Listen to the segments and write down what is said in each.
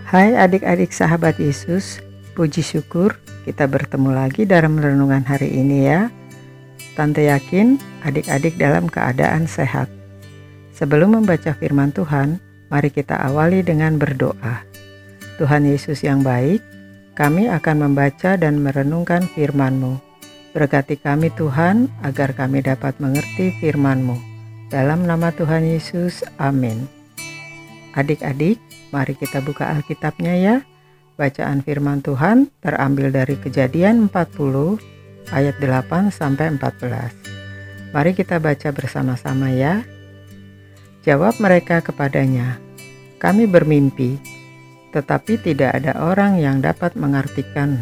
Hai adik-adik sahabat Yesus, puji syukur kita bertemu lagi dalam renungan hari ini ya. Tante yakin adik-adik dalam keadaan sehat. Sebelum membaca firman Tuhan, mari kita awali dengan berdoa. Tuhan Yesus yang baik, kami akan membaca dan merenungkan firman-Mu. Berkati kami Tuhan, agar kami dapat mengerti firman-Mu. Dalam nama Tuhan Yesus, amin. Adik-adik, mari kita buka Alkitabnya ya. Bacaan firman Tuhan terambil dari Kejadian 40 ayat 8 sampai 14. Mari kita baca bersama-sama ya. Jawab mereka kepadanya, "Kami bermimpi, tetapi tidak ada orang yang dapat mengartikan."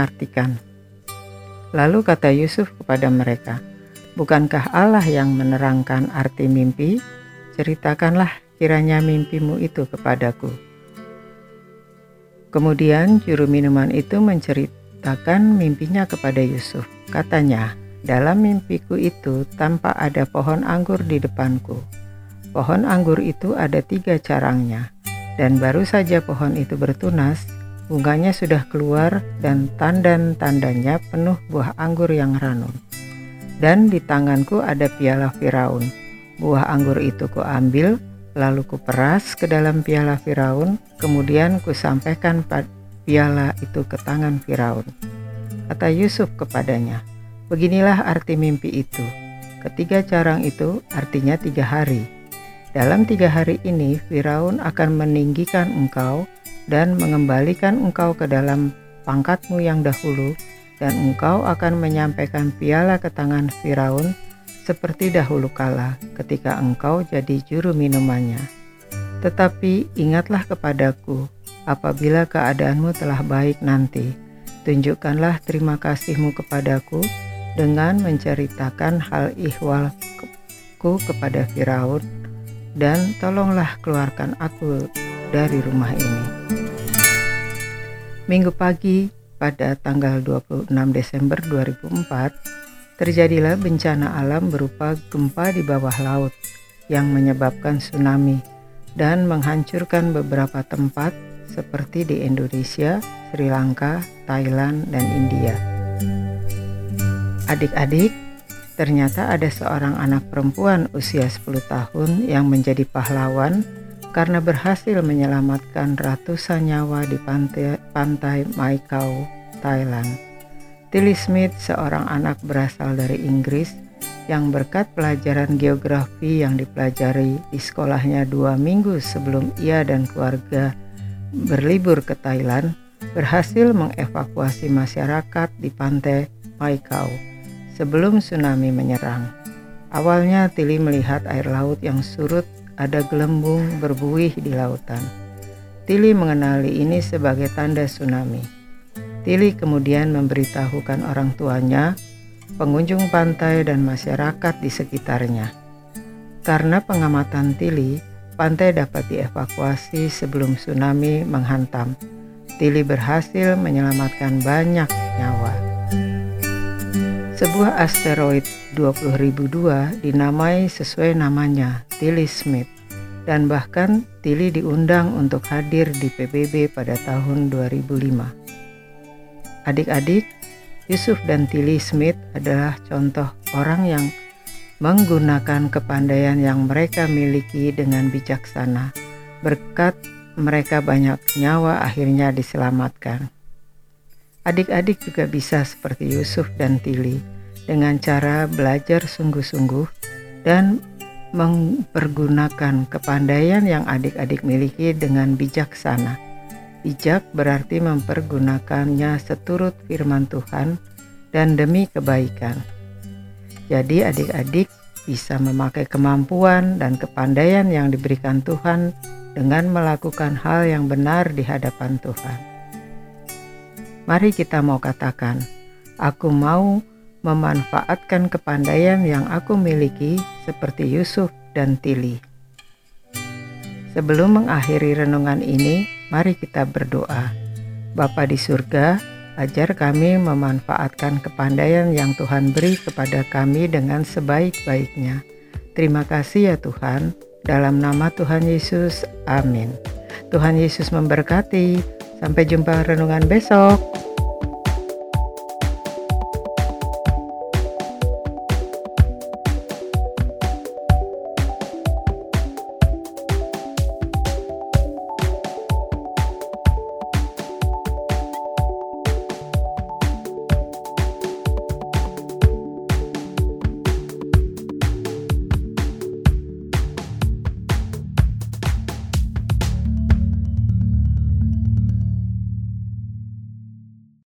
Lalu kata Yusuf kepada mereka, "Bukankah Allah yang menerangkan arti mimpi? Ceritakanlah kiranya mimpimu itu kepadaku." Kemudian juru minuman itu menceritakan mimpinya kepada Yusuf. Katanya, "Dalam mimpiku itu tampak ada pohon anggur di depanku. Pohon anggur itu ada 3 carangnya, dan baru saja pohon itu bertunas, bunganya sudah keluar dan tandan-tandanya penuh buah anggur yang ranum. Dan di tanganku ada piala Firaun. Buah anggur itu kuambil, lalu kuperas ke dalam piala Firaun, kemudian kusampaikan piala itu ke tangan Firaun." Kata Yusuf kepadanya, "Beginilah arti mimpi itu. Ketiga carang itu artinya 3 hari. Dalam 3 hari ini Firaun akan meninggikan engkau dan mengembalikan engkau ke dalam pangkatmu yang dahulu, dan engkau akan menyampaikan piala ke tangan Firaun seperti dahulu kala ketika engkau jadi juru minumannya. Tetapi ingatlah kepadaku apabila keadaanmu telah baik nanti. Tunjukkanlah terima kasihmu kepadaku dengan menceritakan hal ihwalku kepada Firaun, dan tolonglah keluarkan aku dari rumah ini." Minggu pagi pada tanggal 26 Desember 2004, terjadilah bencana alam berupa gempa di bawah laut yang menyebabkan tsunami dan menghancurkan beberapa tempat seperti di Indonesia, Sri Lanka, Thailand, dan India. Adik-adik, ternyata ada seorang anak perempuan usia 10 tahun yang menjadi pahlawan karena berhasil menyelamatkan ratusan nyawa di pantai Mai Khao, Thailand. Tilly Smith, seorang anak berasal dari Inggris yang berkat pelajaran geografi yang dipelajari di sekolahnya 2 minggu sebelum ia dan keluarga berlibur ke Thailand, berhasil mengevakuasi masyarakat di pantai Mai Khao sebelum tsunami menyerang. Awalnya Tilly melihat air laut yang surut, ada gelembung berbuih di lautan. Tilly mengenali ini sebagai tanda tsunami. Tilly kemudian memberitahukan orang tuanya, pengunjung pantai, dan masyarakat di sekitarnya. Karena pengamatan Tilly, pantai dapat dievakuasi sebelum tsunami menghantam. Tilly berhasil menyelamatkan banyak nyawa. Sebuah asteroid 20.002 dinamai sesuai namanya, Tilly Smith, dan bahkan Tilly diundang untuk hadir di PBB pada tahun 2005. Adik-adik, Yusuf dan Tilly Smith adalah contoh orang yang menggunakan kepandaian yang mereka miliki dengan bijaksana. Berkat mereka banyak nyawa akhirnya diselamatkan. Adik-adik juga bisa seperti Yusuf dan Tilly dengan cara belajar sungguh-sungguh dan mempergunakan kepandaian yang adik-adik miliki dengan bijaksana. Bijak berarti mempergunakannya seturut firman Tuhan dan demi kebaikan. Jadi adik-adik bisa memakai kemampuan dan kepandaian yang diberikan Tuhan dengan melakukan hal yang benar di hadapan Tuhan. Mari kita mau katakan, "Aku mau memanfaatkan kepandaian yang aku miliki seperti Yusuf dan Tilly." Sebelum mengakhiri renungan ini, mari kita berdoa. Bapa di surga, ajar kami memanfaatkan kepandaian yang Tuhan beri kepada kami dengan sebaik-baiknya. Terima kasih ya Tuhan, dalam nama Tuhan Yesus, amin. Tuhan Yesus memberkati. Sampai jumpa renungan besok.